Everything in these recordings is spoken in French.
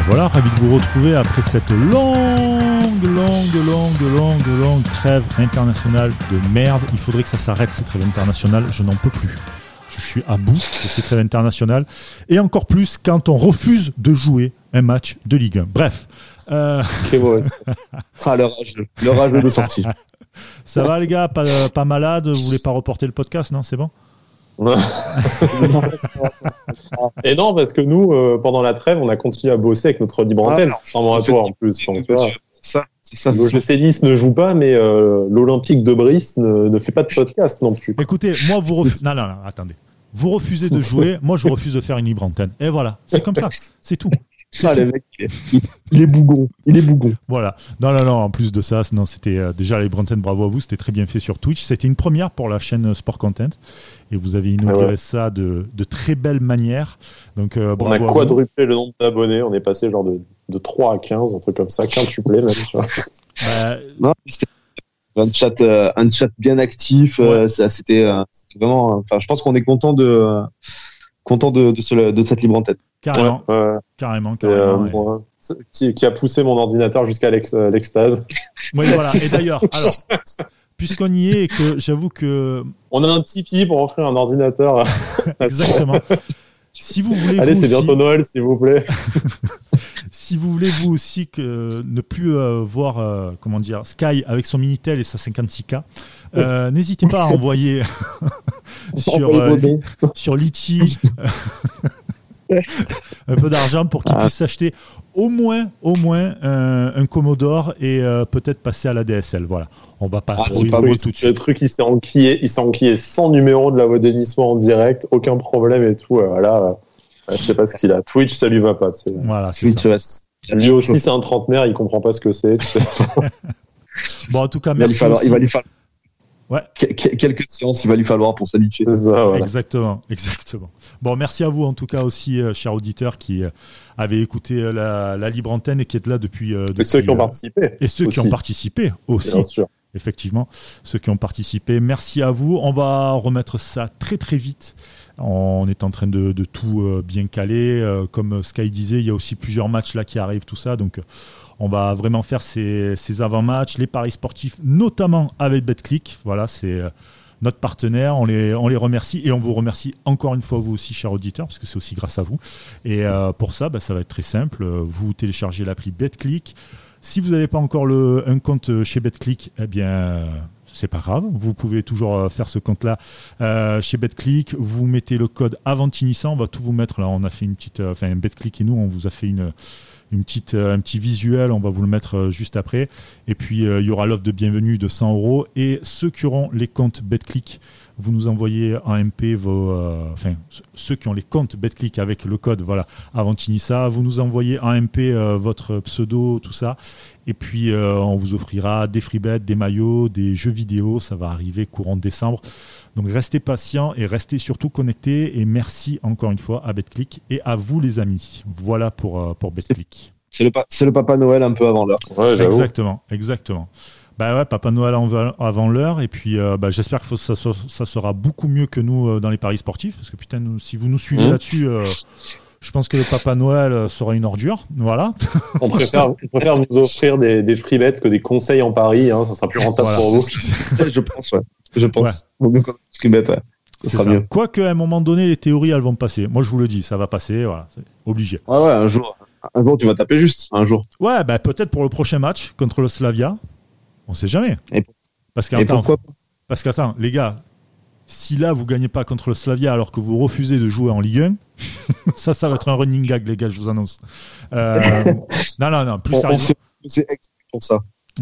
Voilà, ravi de vous retrouver après cette longue trêve internationale de merde. Il faudrait que ça s'arrête, cette trêve internationale. Je n'en peux plus. Je suis à bout de cette trêve internationale. Et encore plus quand on refuse de jouer un match de Ligue 1. Bref. Quel mauvais. Ah, le rageux de sortie. Ça va les gars, pas malade, vous voulez pas reporter le podcast, non? C'est bon? Et non, parce que nous, pendant la trêve, on a continué à bosser avec notre libre antenne, sans moratoire en plus. Donc, l'OGC Nice ne joue pas, mais l'Olympique de Brice ne fait pas de podcast non plus. Écoutez, moi, vous refusez. Non, attendez. Vous refusez de jouer, moi, je refuse de faire une libre antenne. Et voilà, c'est comme ça, c'est tout. Ça, les mecs, il est bougon. Voilà. Non, en plus de ça, non, c'était déjà la libre antenne, bravo à vous, c'était très bien fait sur Twitch. C'était une première pour la chaîne Sport Content. Et vous avez inauguré ça de très belle manière. Donc, on a quadruplé le nombre d'abonnés, on est passé genre de 3 à 15, un truc comme ça, quintuplé même. Tu vois. Non, c'était un chat bien actif. C'était vraiment. Enfin, je pense qu'on est content de cette libre antenne. Carrément. Carrément. Qui a poussé mon ordinateur jusqu'à l'extase. Oui, voilà. Et d'ailleurs, alors, puisqu'on y est et que j'avoue que. On a un Tipeee pour offrir un ordinateur. Exactement. Si vous voulez. Allez, vous c'est aussi... bientôt Noël, s'il vous plaît. Si vous voulez vous aussi ne plus voir Sky avec son Minitel et sa 56K, n'hésitez pas à envoyer sur Litchi un peu d'argent pour qu'il puisse s'acheter au moins un Commodore et peut-être passer à la DSL. Voilà, on va pas trop tout de suite. Le truc, il s'est enquillé 100 numéros de la voix d'hennissement en direct, aucun problème et tout. Voilà. Je sais pas ce qu'il a. Twitch, ça lui va pas. Voilà, c'est ça. Lui aussi, c'est un trentenaire, il comprend pas ce que c'est. Bon, en tout cas, merci. Il va lui falloir. Ouais. Quelques séances, il va lui falloir pour s'habituer. C'est ça, voilà. Exactement. Bon, merci à vous en tout cas aussi, chers auditeurs, qui avaient écouté la libre antenne et qui êtes là depuis. Et ceux qui ont participé. Et ceux qui ont participé aussi. Bien sûr. Effectivement, ceux qui ont participé, merci à vous. On va remettre ça très très vite. On est en train de tout bien caler. Comme Sky disait, il y a aussi plusieurs matchs là qui arrivent, tout ça. Donc, on va vraiment faire ces avant-matchs, les paris sportifs, notamment avec BetClick. Voilà, c'est notre partenaire. On les remercie et on vous remercie encore une fois, vous aussi, chers auditeurs, parce que c'est aussi grâce à vous. Et pour ça, ça va être très simple. Vous téléchargez l'appli BetClick. Si vous n'avez pas encore un compte chez BetClick, eh bien, c'est pas grave. Vous pouvez toujours faire ce compte-là chez BetClick. Vous mettez le code Avantinissa. On va tout vous mettre là. On a fait une petite, BetClick et nous, on vous a fait un petit visuel. On va vous le mettre juste après. Et puis, il y aura l'offre de bienvenue de 100 €. Et ceux qui auront les comptes BetClick, vous nous envoyez en MP ceux qui ont les comptes BetClick avec le code Avantinissa, vous nous envoyez en MP votre pseudo, tout ça. Et puis, on vous offrira des freebets, des maillots, des jeux vidéo. Ça va arriver courant décembre. Donc, restez patients et restez surtout connectés. Et merci encore une fois à BetClick et à vous, les amis. Voilà pour BetClick. C'est le Papa Noël un peu avant l'heure. Ouais, j'avoue. Exactement. Papa Noël avant l'heure. Et puis, j'espère que ça sera beaucoup mieux que nous dans les paris sportifs. Parce que putain, si vous nous suivez là-dessus, je pense que le Papa Noël sera une ordure. Voilà. On préfère vous offrir des free bets que des conseils en paris. Hein, ça sera plus rentable pour vous. Je pense. Vaut mieux qu'on ait des free bets. Ça sera mieux. Quoique, à un moment donné, les théories, elles vont passer. Moi, je vous le dis, ça va passer. Voilà, c'est obligé. Ouais, un jour, tu vas taper juste. Un jour. Ouais, peut-être pour le prochain match contre le Slavia. On sait jamais. Parce qu'attends, les gars, si là vous gagnez pas contre le Slavia alors que vous refusez de jouer en Ligue 1, ça va être un running gag, les gars, je vous annonce. Non, plus sérieusement. C'est pour ça.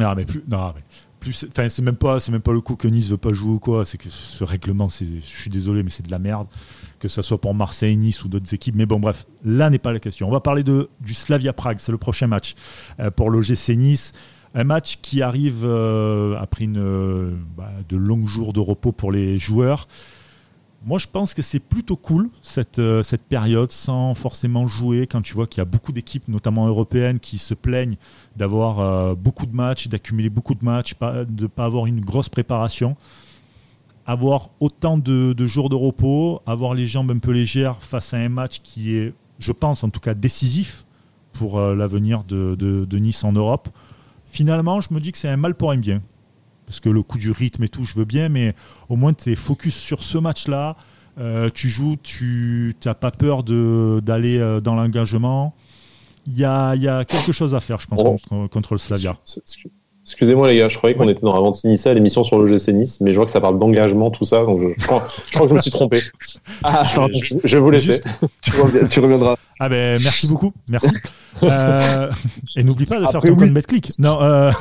C'est même pas le coup que Nice veut pas jouer ou quoi. C'est que ce règlement, je suis désolé, mais c'est de la merde. Que ça soit pour Marseille, Nice ou d'autres équipes. Mais bon, bref, là n'est pas la question. On va parler du Slavia Prague. C'est le prochain match pour l'OGC Nice. Un match qui arrive après de longs jours de repos pour les joueurs. Moi, je pense que c'est plutôt cool, cette période, sans forcément jouer, quand tu vois qu'il y a beaucoup d'équipes, notamment européennes, qui se plaignent d'avoir beaucoup de matchs, d'accumuler beaucoup de matchs, de ne pas avoir une grosse préparation. Avoir autant de jours de repos, avoir les jambes un peu légères face à un match qui est, je pense en tout cas, décisif pour l'avenir de Nice en Europe. Finalement, je me dis que c'est un mal pour un bien. Parce que le coup du rythme et tout, je veux bien, mais au moins tu es focus sur ce match-là. Tu joues, tu n'as pas peur d'aller dans l'engagement. Il y a quelque chose à faire, je pense, contre le Slavia. Excusez-moi les gars, je croyais qu'on était dans Avanti Nice, l'émission sur l'OGC Nice, mais je vois que ça parle d'engagement, tout ça, donc je crois que je me suis trompé. Je vais vous laisser. Tu reviendras. Ah ben merci beaucoup, merci. Et n'oublie pas de faire ton code BetClick. Non.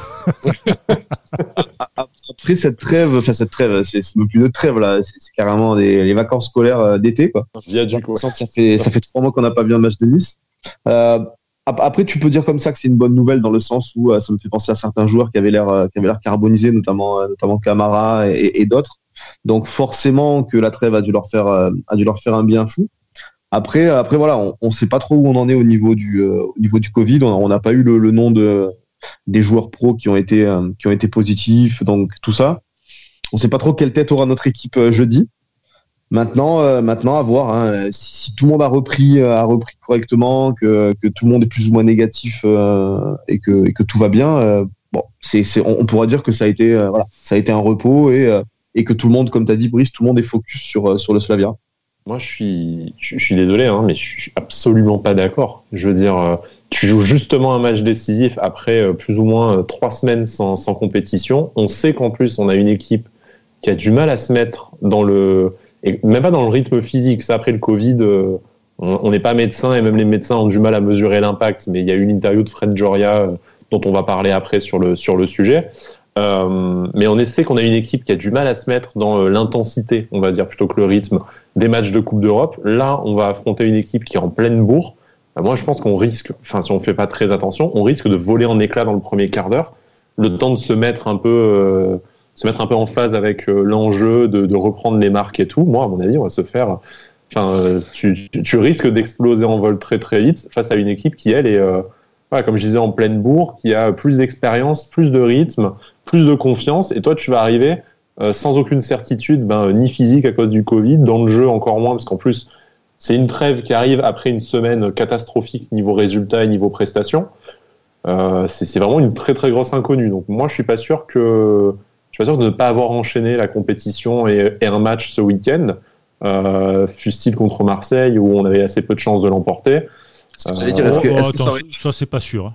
Après cette trêve, c'est même plus de trêve là, c'est carrément les vacances scolaires d'été quoi. Ça fait 3 mois qu'on n'a pas vu un match de Nice. Après, tu peux dire comme ça que c'est une bonne nouvelle dans le sens où ça me fait penser à certains joueurs qui avaient l'air carbonisés, notamment Camara et d'autres. Donc forcément que la trêve a dû leur faire un bien fou. Après voilà, on sait pas trop où on en est au niveau du Covid. On n'a pas eu le nom des joueurs pros qui ont été positifs, donc tout ça. On sait pas trop quelle tête aura notre équipe jeudi. Maintenant, à voir. Hein, si tout le monde a repris correctement, que tout le monde est plus ou moins négatif et que tout va bien, on pourra dire que ça a été un repos et que tout le monde, comme tu as dit, Brice, tout le monde est focus sur le Slavia. Moi, je suis désolé, hein, mais je suis absolument pas d'accord. Je veux dire, tu joues justement un match décisif après plus ou moins 3 semaines sans compétition. On sait qu'en plus, on a une équipe qui a du mal à se mettre et même pas dans le rythme physique. Ça, après le Covid, on n'est pas médecin et même les médecins ont du mal à mesurer l'impact. Mais il y a eu une interview de Fred Joria dont on va parler après sur le sujet. Mais on sait qu'on a une équipe qui a du mal à se mettre dans l'intensité, on va dire, plutôt que le rythme des matchs de Coupe d'Europe. Là, on va affronter une équipe qui est en pleine bourre. Moi, je pense qu'on risque, si on ne fait pas très attention, on risque de voler en éclats dans le premier quart d'heure, le temps de se mettre un peu en phase avec l'enjeu, de reprendre les marques et tout. Moi, à mon avis, on va se faire... tu risques d'exploser en vol très très vite face à une équipe qui, elle, est, comme je disais, en pleine bourre, qui a plus d'expérience, plus de rythme, plus de confiance. Et toi, tu vas arriver sans aucune certitude, ni physique à cause du Covid, dans le jeu encore moins, parce qu'en plus, c'est une trêve qui arrive après une semaine catastrophique niveau résultat et niveau prestation. C'est vraiment une très très grosse inconnue. Donc moi, je suis pas sûr de ne pas avoir enchaîné la compétition et un match ce week-end, fût-il contre Marseille où on avait assez peu de chances de l'emporter. Ça c'est pas sûr.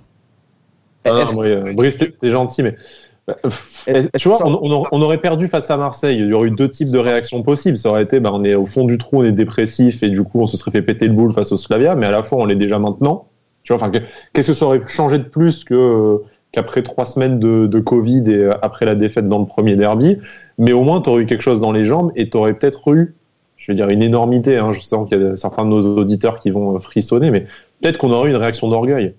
Brice, t'es gentil, mais tu vois, on aurait perdu face à Marseille. Il y aurait eu 2 types de réactions possibles. Ça aurait été, on est au fond du trou, on est dépressif et du coup on se serait fait péter le boule face au Slavia, mais à la fois on l'est déjà maintenant. Tu vois, qu'est-ce que ça aurait changé de plus qu'après 3 semaines de Covid et après la défaite dans le premier derby? Mais au moins, tu aurais eu quelque chose dans les jambes et tu aurais peut-être eu, je veux dire, une énormité. Hein, je sens qu'il y a certains de nos auditeurs qui vont frissonner, mais peut-être qu'on aurait eu une réaction d'orgueil.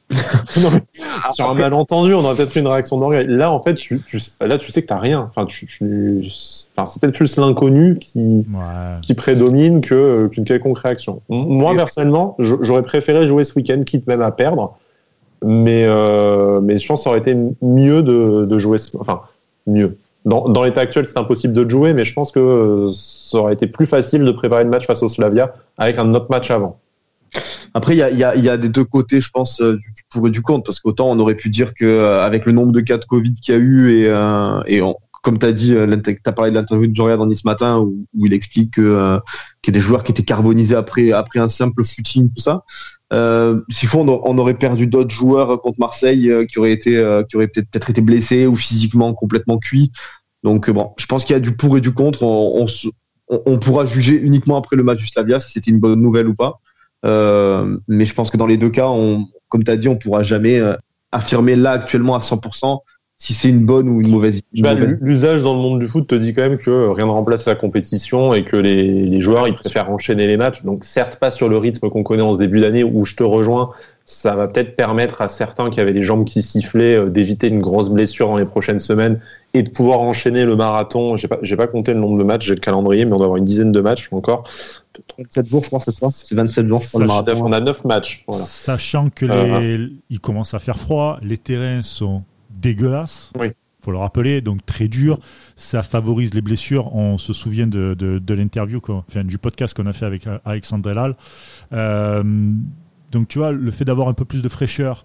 Sur un malentendu, on aurait peut-être eu une réaction d'orgueil. Là, en fait, tu sais que tu n'as rien. C'est peut-être plus l'inconnu qui prédomine qu'une quelconque réaction. Moi, personnellement, j'aurais préféré jouer ce week-end, quitte même à perdre. Mais je pense que ça aurait été mieux de jouer. Enfin, mieux. Dans l'état actuel, c'est impossible de jouer, mais je pense que ça aurait été plus facile de préparer le match face au Slavia avec un autre match avant. Après, il y a des 2 côtés, je pense, du pour et du contre, parce qu'autant on aurait pu dire qu'avec le nombre de cas de Covid qu'il y a eu comme tu as dit, tu as parlé de l'interview de Joria dans Nice Matin où il explique qu'il y a des joueurs qui étaient carbonisés après un simple footing, tout ça. S'il faut, on aurait perdu d'autres joueurs contre Marseille qui auraient peut-être été blessés ou physiquement complètement cuits. Donc je pense qu'il y a du pour et du contre. On pourra juger uniquement après le match du Slavia si c'était une bonne nouvelle ou pas. Mais je pense que dans les 2 cas, comme tu as dit, on pourra jamais affirmer là actuellement à 100% si c'est une bonne ou une mauvaise idée. L'usage dans le monde du foot te dit quand même que rien ne remplace la compétition et que les joueurs ils préfèrent enchaîner les matchs. Donc certes pas sur le rythme qu'on connaît en ce début d'année où je te rejoins, ça va peut-être permettre à certains qui avaient les jambes qui sifflaient d'éviter une grosse blessure dans les prochaines semaines et de pouvoir enchaîner le marathon. J'ai pas compté le nombre de matchs, j'ai le calendrier, mais on doit avoir une dizaine de matchs encore. 27 jours, je crois, c'est ça. C'est 27 jours pour le marathon. On a 9 matchs. Voilà. Sachant que il commence à faire froid, les terrains sont dégueulasses. Oui. Faut le rappeler, donc très dur. Ça favorise les blessures. On se souvient de l'interview, du podcast qu'on a fait avec Alexandre Elal. Donc tu vois, le fait d'avoir un peu plus de fraîcheur,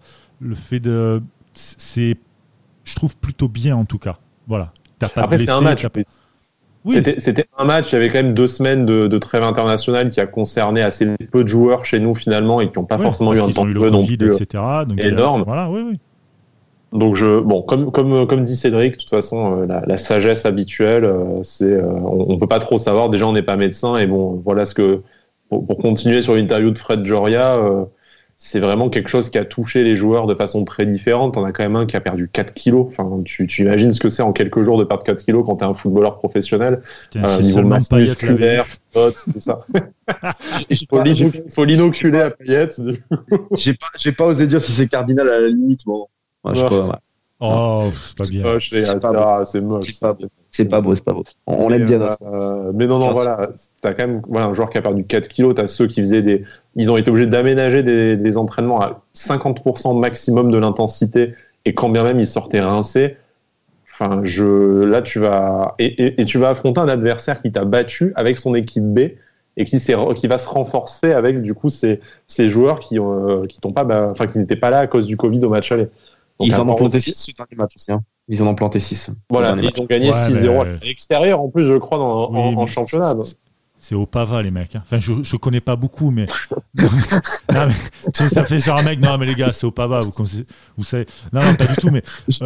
je trouve plutôt bien en tout cas. Voilà. T'as pas Après, blessé, c'est un match. Oui. C'était un match, il y avait quand même 2 semaines de trêve internationale qui a concerné assez peu de joueurs chez nous finalement et qui n'ont pas forcément eu un temps de jeu non plus etc. Donc, énorme. Voilà, oui. Donc comme dit Cédric, de toute façon, la sagesse habituelle, c'est on peut pas trop savoir. Déjà, on n'est pas médecin et bon, voilà ce que pour continuer sur l'interview de Fred Joria, c'est vraiment quelque chose qui a touché les joueurs de façon très différente. On a quand même un qui a perdu 4 kilos. Enfin, tu imagines ce que c'est en quelques jours de perdre 4 kilos quand tu es un footballeur professionnel. Niveau masse musculaire, c'est ça. Il faut l'inoculer à Payet. J'ai pas osé dire si c'est Cardinal à la limite. Bon, je crois. Oh, c'est pas bien. C'est moche. C'est pas beau. On l'aime bien. Mais non, voilà. T'as quand même un joueur qui a perdu 4 kilos. T'as ceux qui faisaient ils ont été obligés d'aménager des entraînements à 50% maximum de l'intensité. Et quand bien même ils sortaient rincés. Enfin, là, tu vas affronter un adversaire qui t'a battu avec son équipe B et qui va se renforcer avec, du coup, ces joueurs qui n'étaient pas là à cause du Covid au match aller. Donc, ils en ont planté 6 ce dernier match aussi. Ils en ont planté 6. Voilà, ils ont gagné 6-0 à l'extérieur, en plus, je crois, en championnat. C'est Opava, les mecs. Enfin, je connais pas beaucoup, mais. Non, mais ça fait genre un mec. Non, mais les gars, c'est Opava. Vous savez. Non, pas du tout, mais. C'est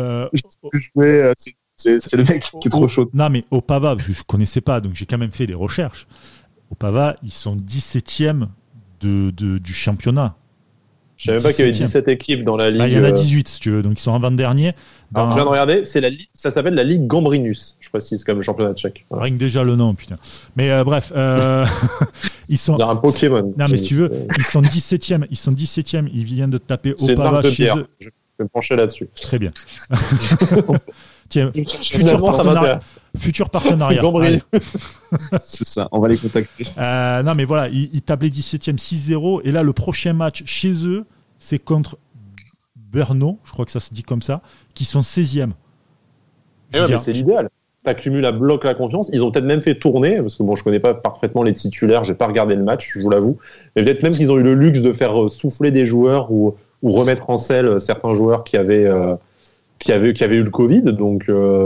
le mec qui est trop chaud. Non, mais Opava, je connaissais pas, donc j'ai quand même fait des recherches. Opava, ils sont 17e du championnat. Je savais même pas qu'il y avait 17 équipes dans la ligue. Il y en a 18, si tu veux, donc ils sont avant-dernier. Alors, je viens de regarder, ça s'appelle la Ligue Gambrinus. Je précise, comme le championnat tchèque. Voilà. Rien que déjà le nom, putain. Mais bref, ils sont. C'est un Pokémon. Non, mais si tu veux, ils sont 17e. Ils viennent de taper Opava chez eux. Je vais me pencher là-dessus. Très bien. Tiens, futur partenariat. C'est ça, on va les contacter. Non, mais voilà, ils tablent les 17e 6-0. Et là, le prochain match chez eux, c'est contre Brno, je crois que ça se dit comme ça, qui sont 16e. Mais c'est l'idéal. Tu accumules à bloc la confiance. Ils ont peut-être même fait tourner, parce que je connais pas parfaitement les titulaires, j'ai pas regardé le match, je vous l'avoue. Mais peut-être même qu'ils ont eu le luxe de faire souffler des joueurs ou remettre en selle certains joueurs qui avaient eu le Covid. Donc.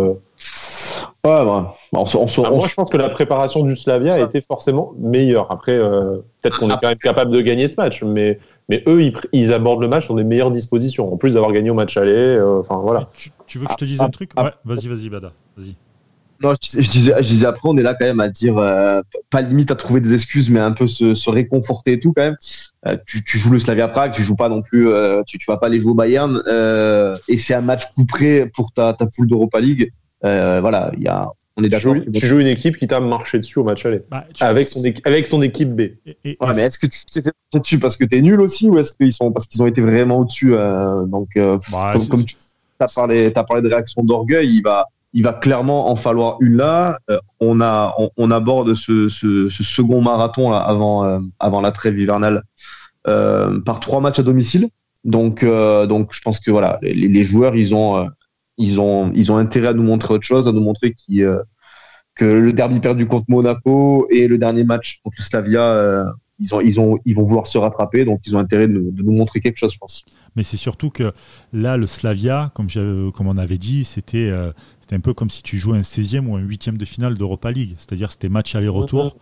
Moi, je pense que la préparation du Slavia a été forcément meilleure. Après, peut-être qu'on est quand même capable de gagner ce match, mais eux, ils abordent le match dans des meilleures dispositions. En plus d'avoir gagné au match aller, voilà. Tu veux que je te dise un truc ? Ouais, vas-y, Bada. Vas-y. Non, je disais après, on est là quand même à dire, pas limite à trouver des excuses, mais un peu se réconforter et tout quand même. Tu joues le Slavia Prague, tu joues pas non plus, tu vas pas aller jouer au Bayern, et c'est un match coup près pour ta poule d'Europa League. Voilà, on est d'accord. Tu joues une équipe qui t'a marché dessus au match aller, avec son équipe B. Mais est-ce que tu t'es fait marcher dessus parce que t'es nul aussi, ou est-ce parce qu'ils ont été vraiment au-dessus comme tu as parlé de réaction d'orgueil, il va clairement en falloir une là. On aborde ce second marathon là, avant la trêve hivernale par 3 matchs à domicile. Donc je pense que voilà, les joueurs ils ont intérêt à nous montrer autre chose, à nous montrer que le derby perdu contre Monaco et le dernier match contre le Slavia, ils vont vouloir se rattraper, donc ils ont intérêt de nous montrer quelque chose, je pense. Mais c'est surtout que là, le Slavia, comme on avait dit, c'était un peu comme si tu jouais un 16e ou un 8e de finale d'Europa League. C'est-à-dire c'était match aller-retour.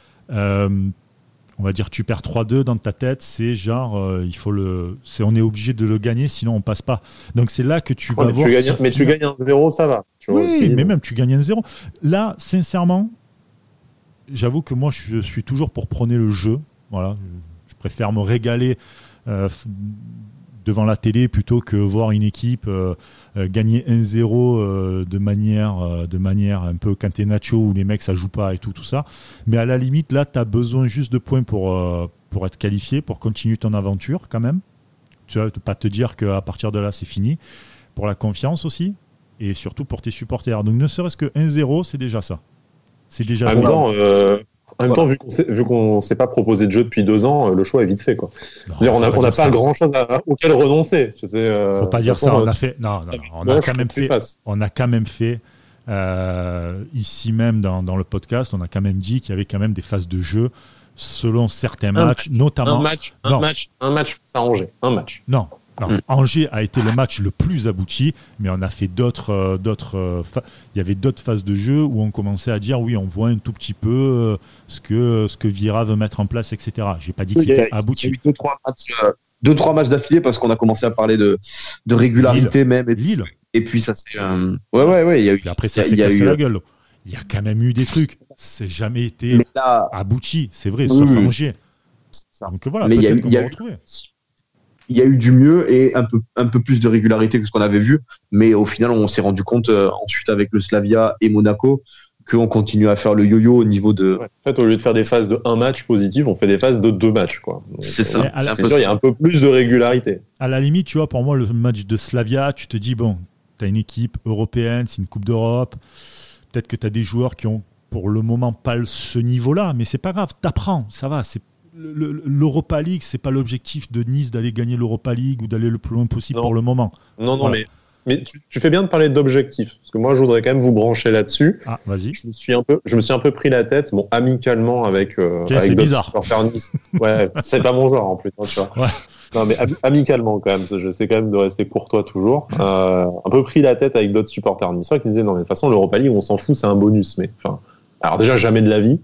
On va dire tu perds 3-2 dans ta tête, c'est genre on est obligé de le gagner, sinon on passe pas. Donc c'est là que tu vas voir. Tu gagnes 1-0, ça va. Oui, mais même tu gagnes 1-0. Là, sincèrement, j'avoue que moi je suis toujours pour prôner le jeu. Voilà, je préfère me régaler devant la télé plutôt que voir une équipe gagner 1-0 de manière un peu catenaccio où les mecs ça joue pas et tout ça. Mais à la limite là tu as besoin juste de points pour être qualifié, pour continuer ton aventure quand même. Tu vas pas te dire qu'à partir de là c'est fini. Pour la confiance aussi et surtout pour tes supporters. Donc ne serait-ce que 1-0 c'est déjà ça. C'est déjà En même temps, vu qu'on ne s'est pas proposé de jeu depuis 2 ans, le choix est vite fait, quoi. On n'a pas grand-chose auquel renoncer. Faut pas dire ça. On a fait. Non. On a quand même fait. Ici même dans le podcast, on a quand même dit qu'il y avait quand même des phases de jeu selon certains matchs, notamment. Un match, ça Angers. Un match. Non. Angers a été le match le plus abouti, mais on a fait d'autres. Il y avait d'autres phases de jeu où on commençait à dire oui, on voit un tout petit peu ce que Vira veut mettre en place, etc. J'ai pas dit que c'était abouti. Il y a eu 2-3 matchs d'affilée parce qu'on a commencé à parler de régularité même. Lille. Et puis ça c'est. Ouais. Il y a eu. Et après ça s'est cassé la gueule. Il y a quand même eu des trucs. C'est jamais été abouti, c'est vrai, sauf Angers. Donc voilà, mais peut-être qu'on va retrouver. Il y a eu du mieux et un peu plus de régularité que ce qu'on avait vu, mais au final on s'est rendu compte ensuite avec le Slavia et Monaco qu'on continue à faire le yo-yo au niveau de. En fait, au lieu de faire des phases de 1 match positif, on fait des phases de 2 matchs, quoi. Donc, c'est ça. Il y a un peu plus de régularité. À la limite, tu vois, pour moi, le match de Slavia, tu te dis bon, t'as une équipe européenne, c'est une Coupe d'Europe. Peut-être que t'as des joueurs qui ont pour le moment pas ce niveau-là, mais c'est pas grave, t'apprends, ça va. C'est l'Europa League, c'est pas l'objectif de Nice d'aller gagner l'Europa League ou d'aller le plus loin possible pour le moment. Non, voilà. mais tu fais bien de parler d'objectifs, parce que moi je voudrais quand même vous brancher là-dessus. Ah, vas-y. Je me suis un peu pris la tête, amicalement avec c'est bizarre. Nice. Ouais, c'est pas mon genre en plus, tu vois. Ouais. Non, mais amicalement quand même, je sais quand même de rester courtois toujours. Un peu pris la tête avec d'autres supporters niçois qui me disaient non, mais de toute façon l'Europa League on s'en fout, c'est un bonus. Mais alors déjà jamais de la vie.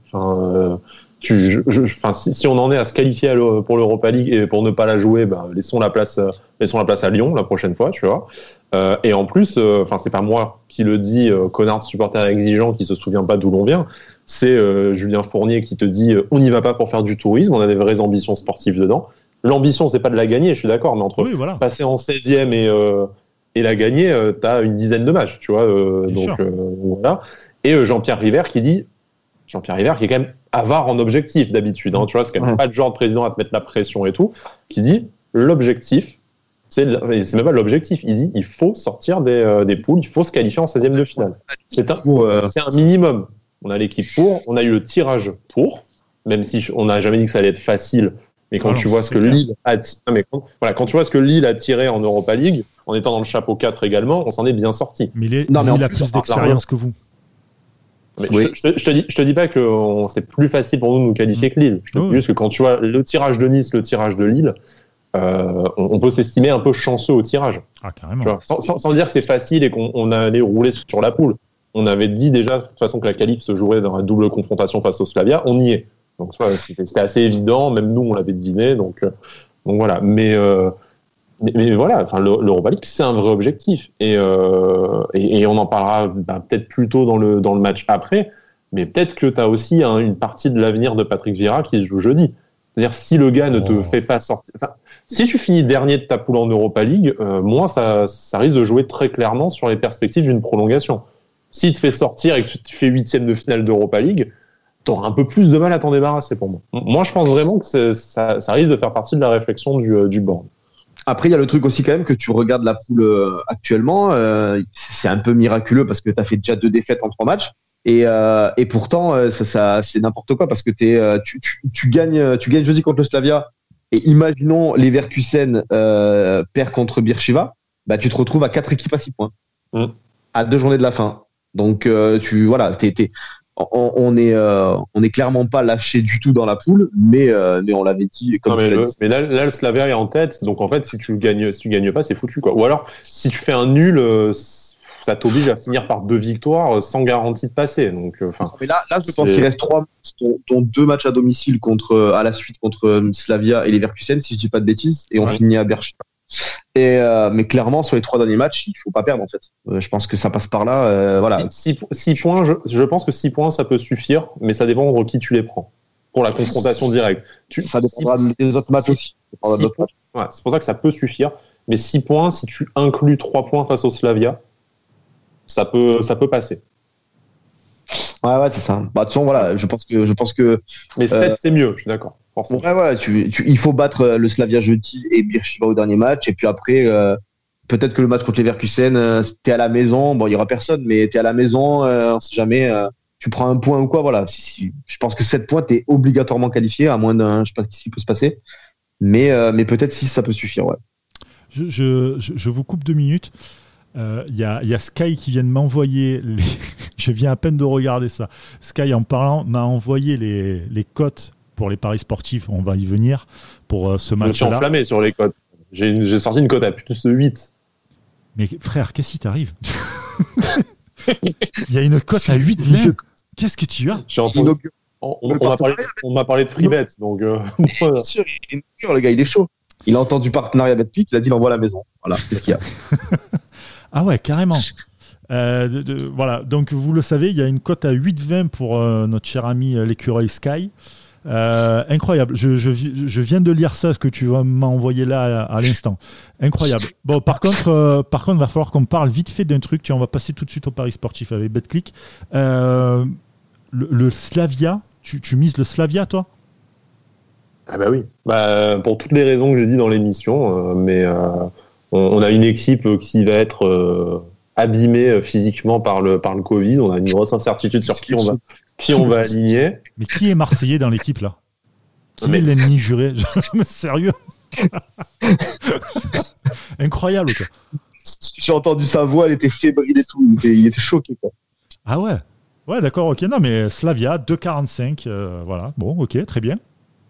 Si on en est à se qualifier pour l'Europa League et pour ne pas la jouer, laissons la place à Lyon la prochaine fois, tu vois. Et en plus, c'est pas moi qui le dis, connard de supporter exigeant qui se souvient pas d'où l'on vient. C'est Julien Fournier qui te dit on n'y va pas pour faire du tourisme, on a des vraies ambitions sportives dedans. L'ambition, c'est pas de la gagner, je suis d'accord, mais entre passer en 16e et la gagner, t'as une dizaine de matchs, tu vois. Voilà. Et Jean-Pierre River qui est quand même avare en objectif d'habitude, hein, tu vois, c'est quand même pas le genre de président à te mettre la pression et tout, qui dit l'objectif, c'est même pas l'objectif, il dit il faut sortir des poules, il faut se qualifier en 16e de finale. C'est un minimum. On a l'équipe pour, on a eu le tirage pour, même si on n'a jamais dit que ça allait être facile. Mais quand tu vois ce que Lille quand tu vois ce que Lille a tiré en Europa League, en étant dans le chapeau 4 également, on s'en est bien sorti. Mais il a plus d'expérience que vous. Mais je te dis pas que c'est plus facile pour nous de nous qualifier que Lille. Je te dis juste que quand tu vois le tirage de Nice, le tirage de Lille, on peut s'estimer un peu chanceux au tirage. Ah, carrément. Tu vois, sans dire que c'est facile et qu'on allait rouler sur la poule. On avait dit déjà de toute façon que la qualif se jouerait dans la double confrontation face au Slavia. On y est. Donc c'était assez évident, même nous on l'avait deviné, donc voilà. Mais voilà, l'Europa League c'est un vrai objectif et on en parlera peut-être plus tôt dans le match après, mais peut-être que tu as aussi une partie de l'avenir de Patrick Vieira qui se joue jeudi. C'est-à-dire si le gars ne te fait pas sortir, si tu finis dernier de ta poule en Europa League, moi ça risque de jouer très clairement sur les perspectives d'une prolongation. S'il te fait sortir et que tu fais 8e de finale d'Europa League, t'auras un peu plus de mal à t'en débarrasser pour moi. Moi, je pense vraiment que ça risque de faire partie de la réflexion du board. Après, il y a le truc aussi quand même que tu regardes la poule actuellement, c'est un peu miraculeux parce que tu as fait déjà 2 défaites en 3 matchs et pourtant ça c'est n'importe quoi parce que tu gagnes jeudi contre le Slavia et imaginons Leverkusen perd contre Beersheva, tu te retrouves à 4 équipes à 6 points à 2 journées de la fin. Donc on est clairement pas lâché du tout dans la poule, mais on l'avait dit. Mais là, le Slavia est en tête, donc en fait, si tu gagnes pas, c'est foutu, quoi. Ou alors, si tu fais un nul, ça t'oblige à finir par 2 victoires sans garantie de passer. Donc, mais là, je pense qu'il reste 3 matchs, dont 2 matchs à domicile à la suite contre Slavia et Leverkusen, si je dis pas de bêtises, et on finit à Beersheva. Mais clairement, sur les 3 derniers matchs, il faut pas perdre en fait. Je pense que ça passe par là. Voilà. 6 points, je pense que 6 points, ça peut suffire, mais ça dépend de qui tu les prends pour la confrontation directe. Ça dépendra des autres matchs aussi. C'est pour ça que ça peut suffire. Mais 6 points, si tu inclus 3 points face au Slavia, ça peut passer. Ouais, c'est ça. De toute façon, voilà, je pense que. Mais 7, c'est mieux, je suis d'accord. Ouais, il faut battre le Slavia jeudi et Beersheva au dernier match. Et puis après, peut-être que le match contre Leverkusen, t'es à la maison. Bon, il y aura personne, mais t'es à la maison, on sait jamais. Tu prends un point ou quoi, voilà. Je pense que 7 points, t'es obligatoirement qualifié, à moins d'un. Je sais pas ce qui peut se passer. Mais peut-être 6, ça peut suffire, ouais. Je vous coupe 2 minutes. Il y a Sky qui vient de m'envoyer je viens à peine de regarder ça. Sky en parlant m'a envoyé les cotes pour les paris sportifs, on va y venir pour ce match-là. Je me suis enflammé sur les cotes. J'ai sorti une cote à plus de 8. Mais frère, qu'est-ce qui t'arrive? Il y a une cote à 8,20. Qu'est-ce que tu as? On m'a parlé de FreeBet, donc. Bien sûr, il est dur, le gars, il est chaud. Il a entendu partenariat BetClick, il a dit il envoie à la maison. Voilà, qu'est-ce qu'il y a? Ah ouais, carrément. Voilà, donc vous le savez, il y a une cote à 8,20 pour notre cher ami l'écureuil Sky. Incroyable. Je viens de lire ça, ce que tu vas m'envoyer là à l'instant. Incroyable. Bon, par contre, il va falloir qu'on parle vite fait d'un truc. Tiens, on va passer tout de suite au pari sportif avec BetClick. Le Slavia, tu mises le Slavia, toi? Ah bah oui. Pour toutes les raisons que j'ai dit dans l'émission, mais on a une équipe qui va être abîmée physiquement par le Covid. On a une grosse incertitude sur qui on va aligner. Mais qui est Marseillais dans l'équipe là? Qui est l'ennemi juré? Sérieux? Incroyable quoi. J'ai entendu sa voix, elle était fébrile et tout. Il était choqué quoi. Ah ouais. Ouais, d'accord, ok. Non, mais Slavia, 2,45. Voilà, bon, ok, très bien.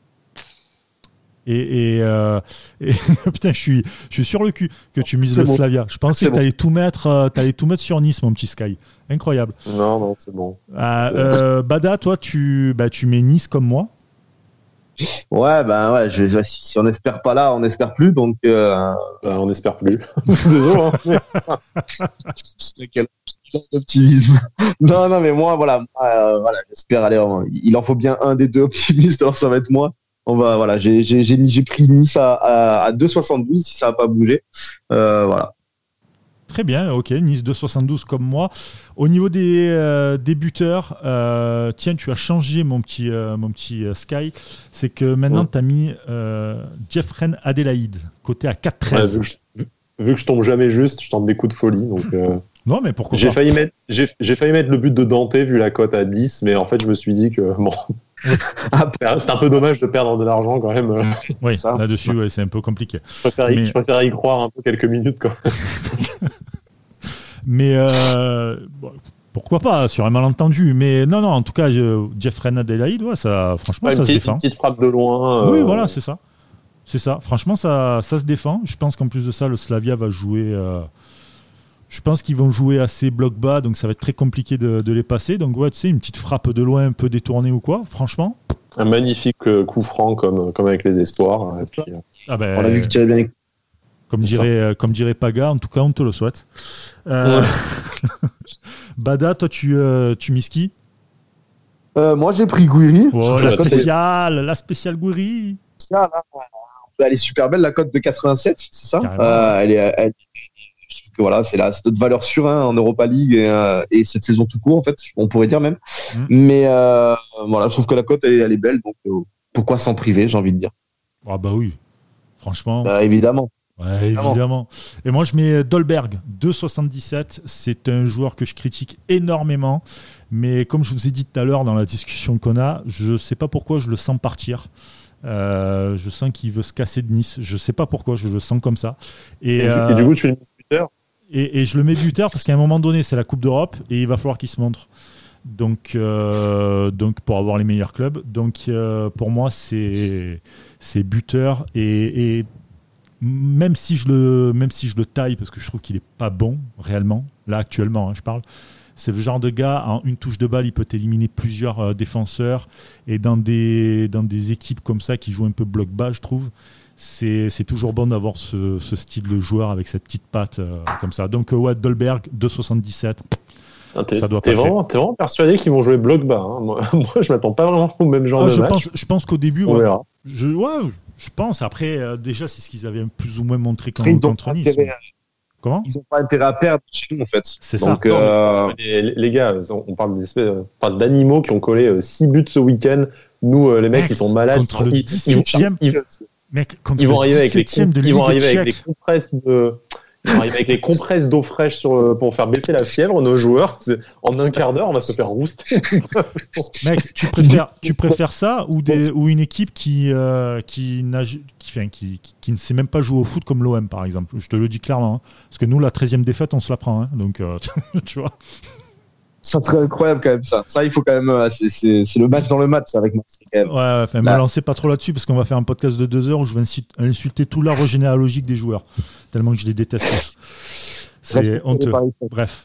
Et putain, je suis sur le cul que tu mises le Slavia. Je pensais que t'allais tout mettre sur Nice, mon petit Sky. Incroyable. Non, c'est bon. Bada, toi, tu mets Nice comme moi. Ouais, si on n'espère pas là, on n'espère plus, donc on n'espère plus. Désolé. C'est quel optimisme. Non, mais moi, voilà, j'espère aller. Il en faut bien un des deux optimistes, alors ça va être moi. J'ai pris Nice à 2,72 si ça n'a pas bougé. Voilà. Très bien, ok, Nice 2,72 comme moi. Au niveau des buteurs, tiens, tu as changé mon petit Sky. C'est que maintenant, tu as mis Jeffrey Adélaïde, coté à 4,13. Ouais, vu que je tombe jamais juste, je tente des coups de folie. Donc, non, mais pourquoi j'ai pas. failli mettre le but de Dante vu la cote à 10, mais en fait, je me suis dit que bon, c'est un peu dommage de perdre de l'argent quand même. Oui, là-dessus, ouais, c'est un peu compliqué. Je préfère y croire un peu quelques minutes quand même. Mais pourquoi pas, sur un malentendu. Mais non, en tout cas, Jeffrey Adélaïde, ouais, ça, franchement, ça se défend. Une petite frappe de loin. Oui, voilà, c'est ça. C'est ça. Franchement, ça se défend. Je pense qu'en plus de ça, le Slavia va jouer. Je pense qu'ils vont jouer assez bloc bas, donc ça va être très compliqué de les passer. Donc, ouais, tu sais, une petite frappe de loin, un peu détournée ou quoi, franchement. Un magnifique coup franc, comme avec les espoirs. Et puis, on a vu qu'il tirait bien. Comme dirait Paga, en tout cas, on te le souhaite. Bada, toi, tu mises qui? Moi, j'ai pris Gouiri. Oh, la spéciale Gouiri. Elle est super belle, la cote de 87, c'est ça? Je trouve que voilà, c'est notre valeur sûre en Europa League et cette saison tout court, en fait, on pourrait dire même. Mais voilà, je trouve que la cote, elle est belle, donc pourquoi s'en priver, j'ai envie de dire. Ah bah oui, franchement. Évidemment. Ouais, évidemment. Et moi, je mets Dolberg, 2,77. C'est un joueur que je critique énormément. Mais comme je vous ai dit tout à l'heure dans la discussion qu'on a, je ne sais pas pourquoi je le sens partir. Je sens qu'il veut se casser de Nice. Je ne sais pas pourquoi, je le sens comme ça. Et du coup, tu le mets buteur. Et je le mets buteur parce qu'à un moment donné, c'est la Coupe d'Europe et il va falloir qu'il se montre. Donc pour avoir les meilleurs clubs. Donc pour moi, c'est buteur et même si je le taille parce que je trouve qu'il est pas bon réellement là actuellement, hein, je parle. C'est le genre de gars, en une touche de balle, il peut éliminer plusieurs défenseurs. Et dans des équipes comme ça qui jouent un peu bloc bas, je trouve, c'est toujours bon d'avoir ce style de joueur avec cette petite patte comme ça. Donc, ouais, Dolberg, 2,77. Ça doit passer. T'es vraiment persuadé qu'ils vont jouer bloc bas. Hein. Moi, je m'attends pas vraiment au même genre de match. Je pense qu'au début, je pense. Après, déjà, c'est ce qu'ils avaient plus ou moins montré contre Nice. Comment ? Ils n'ont pas intérêt à perdre chez nous, en fait. C'est donc, ça. Les gars, on parle d'animaux qui ont collé 6 buts ce week-end. Nous, les mecs, ils sont malades. Contre le 17e. Ils vont arriver avec les compresses de... Ils vont arriver avec les compresses d'eau fraîche pour faire baisser la fièvre. Nos joueurs, en un quart d'heure, on va se faire rouster. Mec, tu préfères ça ou une équipe qui ne sait même pas jouer au foot comme l'OM, par exemple. Je te le dis clairement. Hein. Parce que nous, la 13e défaite, on se la prend. Hein. Donc, tu vois. Ça serait incroyable quand même ça. Ça, il faut quand même. C'est le match dans le match ça, avec Marseille quand même. Ouais, enfin, me lancez pas trop là-dessus parce qu'on va faire un podcast de 2 heures où je vais insulter tout l'arbre généalogique des joueurs. Tellement que je les déteste. C'est honteux. Bref.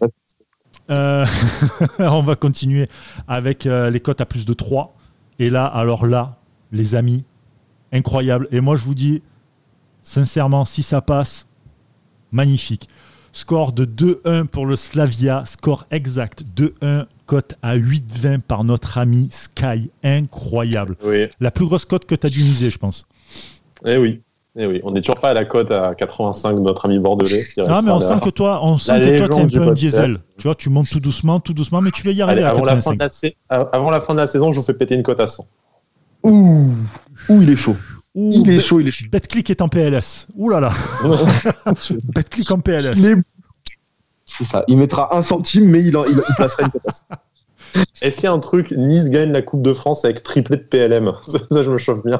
On va continuer avec les cotes à plus de 3. Et là, les amis, incroyable. Et moi, je vous dis, sincèrement, si ça passe, magnifique. Score de 2-1 pour le Slavia, score exact 2-1, cote à 8,20 par notre ami Sky. Incroyable. Oui. La plus grosse cote que tu as dû miser, je pense. Eh oui. On n'est toujours pas à la cote à 85 de notre ami bordelais. Ah, mais on sent que toi, tu es un peu un diesel. Tu vois, tu montes tout doucement, mais tu vas y arriver. Allez, avant la fin de la saison, je vous fais péter une cote à 100. Ouh, il est chaud. Il est chaud. BetClick est en PLS. Ouh là là. BetClick en PLS. C'est ça. Il mettra 1 centime, mais il placera une cote à 100. Est-ce qu'il y a un truc, Nice gagne la Coupe de France avec triplé de PLM? Ça, je me chauffe bien.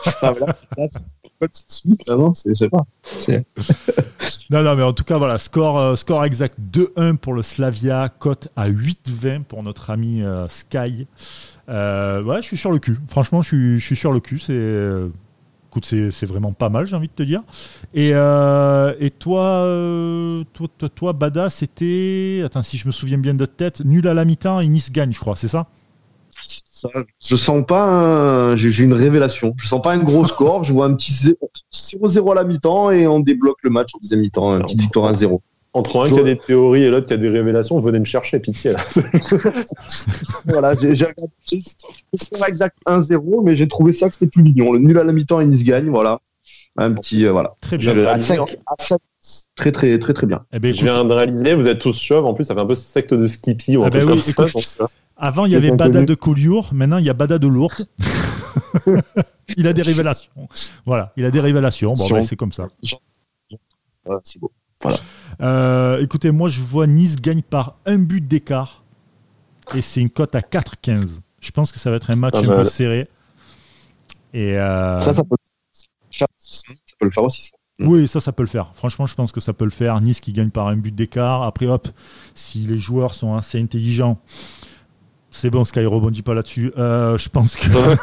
Non, je sais pas. Non, mais en tout cas, voilà, score exact 2-1 pour le Slavia, cote à 8,20 pour notre ami Sky. Ouais, je suis sur le cul. Franchement, je suis sur le cul. Écoute, c'est vraiment pas mal, j'ai envie de te dire. Et toi, Bada, c'était... Attends, si je me souviens bien de tête, nul à la mi-temps et Nice gagne, je crois, c'est ça? Je sens pas j'ai une révélation. Je sens pas un gros score. Je vois un petit 0-0 à la mi-temps et on débloque le match en deuxième mi-temps. Un petit victoire 1-0. Entre un qui a des théories et l'autre qui a des révélations, venez me chercher, pitié. Là. Voilà, j'ai regardé le score exact 1-0, mais j'ai trouvé ça que c'était plus mignon. Le nul à la mi-temps et Nice gagne, voilà. Un petit, voilà. Très bien. À 5, très, très, très, très bien. Eh ben, je viens de réaliser, vous êtes tous chauves. En plus, ça fait un peu secte de Skippy. Ou avant, il y avait Bada de Collioure. Maintenant, il y a Bada de Lourdes. Il a des révélations. Voilà, il a des révélations. Bon, ben, c'est comme ça. Ouais, c'est beau. Voilà. Écoutez, moi, je vois Nice gagne par 1 but d'écart. Et c'est une cote à 4,15. Je pense que ça va être un match un peu serré. Et ça peut le faire aussi. Ça. Oui, ça peut le faire. Franchement, je pense que ça peut le faire. Nice qui gagne par 1 but d'écart. Après, hop, si les joueurs sont assez intelligents, c'est bon, Sky rebondit pas là-dessus. Je pense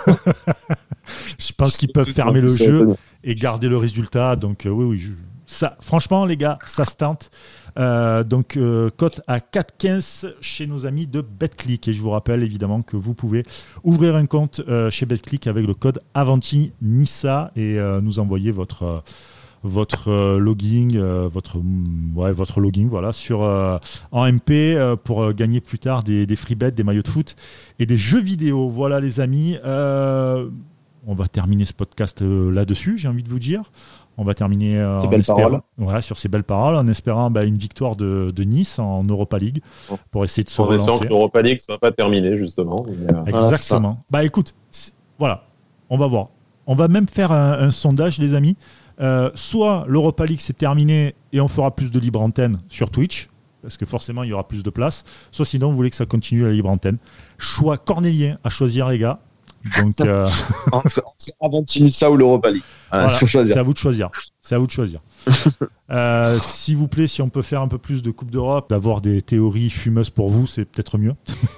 qu'ils peuvent fermer le jeu et garder le résultat. Donc, oui. Ça, franchement, les gars, ça se tente. Donc, cote à 4,15 chez nos amis de BetClick. Et je vous rappelle évidemment que vous pouvez ouvrir un compte chez BetClick avec le code AVANTINISA et nous envoyer votre login, votre login, voilà, en MP pour gagner plus tard des free bets, des maillots de foot et des jeux vidéo. Voilà, les amis. On va terminer ce podcast là-dessus, j'ai envie de vous dire. On va terminer sur ces belles paroles en espérant une victoire de Nice en Europa League pour essayer de se relancer. En espérant que l'Europa League ne soit pas terminée, justement. Exactement. Écoute, voilà, on va voir. On va même faire un sondage, les amis. Soit l'Europa League c'est terminé et on fera plus de libre antenne sur Twitch, parce que forcément il y aura plus de place. Soit sinon, vous voulez que ça continue la libre antenne. Choix cornélien à choisir, les gars. Donc, entre Avantinissa ou l'Europa League. Voilà, c'est à vous de choisir. S'il vous plaît, si on peut faire un peu plus de Coupe d'Europe, d'avoir des théories fumeuses pour vous, c'est peut-être mieux.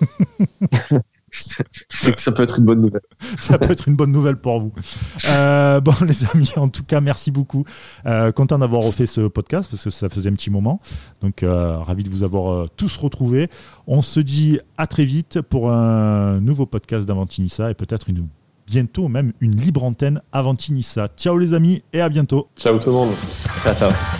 C'est que ça peut être une bonne nouvelle. Ça peut être une bonne nouvelle pour vous. Bon, les amis, en tout cas, merci beaucoup. Content d'avoir refait ce podcast parce que ça faisait un petit moment. Donc, ravi de vous avoir tous retrouvés. On se dit à très vite pour un nouveau podcast d'Avantinissa et peut-être bientôt même une libre antenne Avantinissa. Ciao les amis et à bientôt. Ciao tout le monde. Ciao.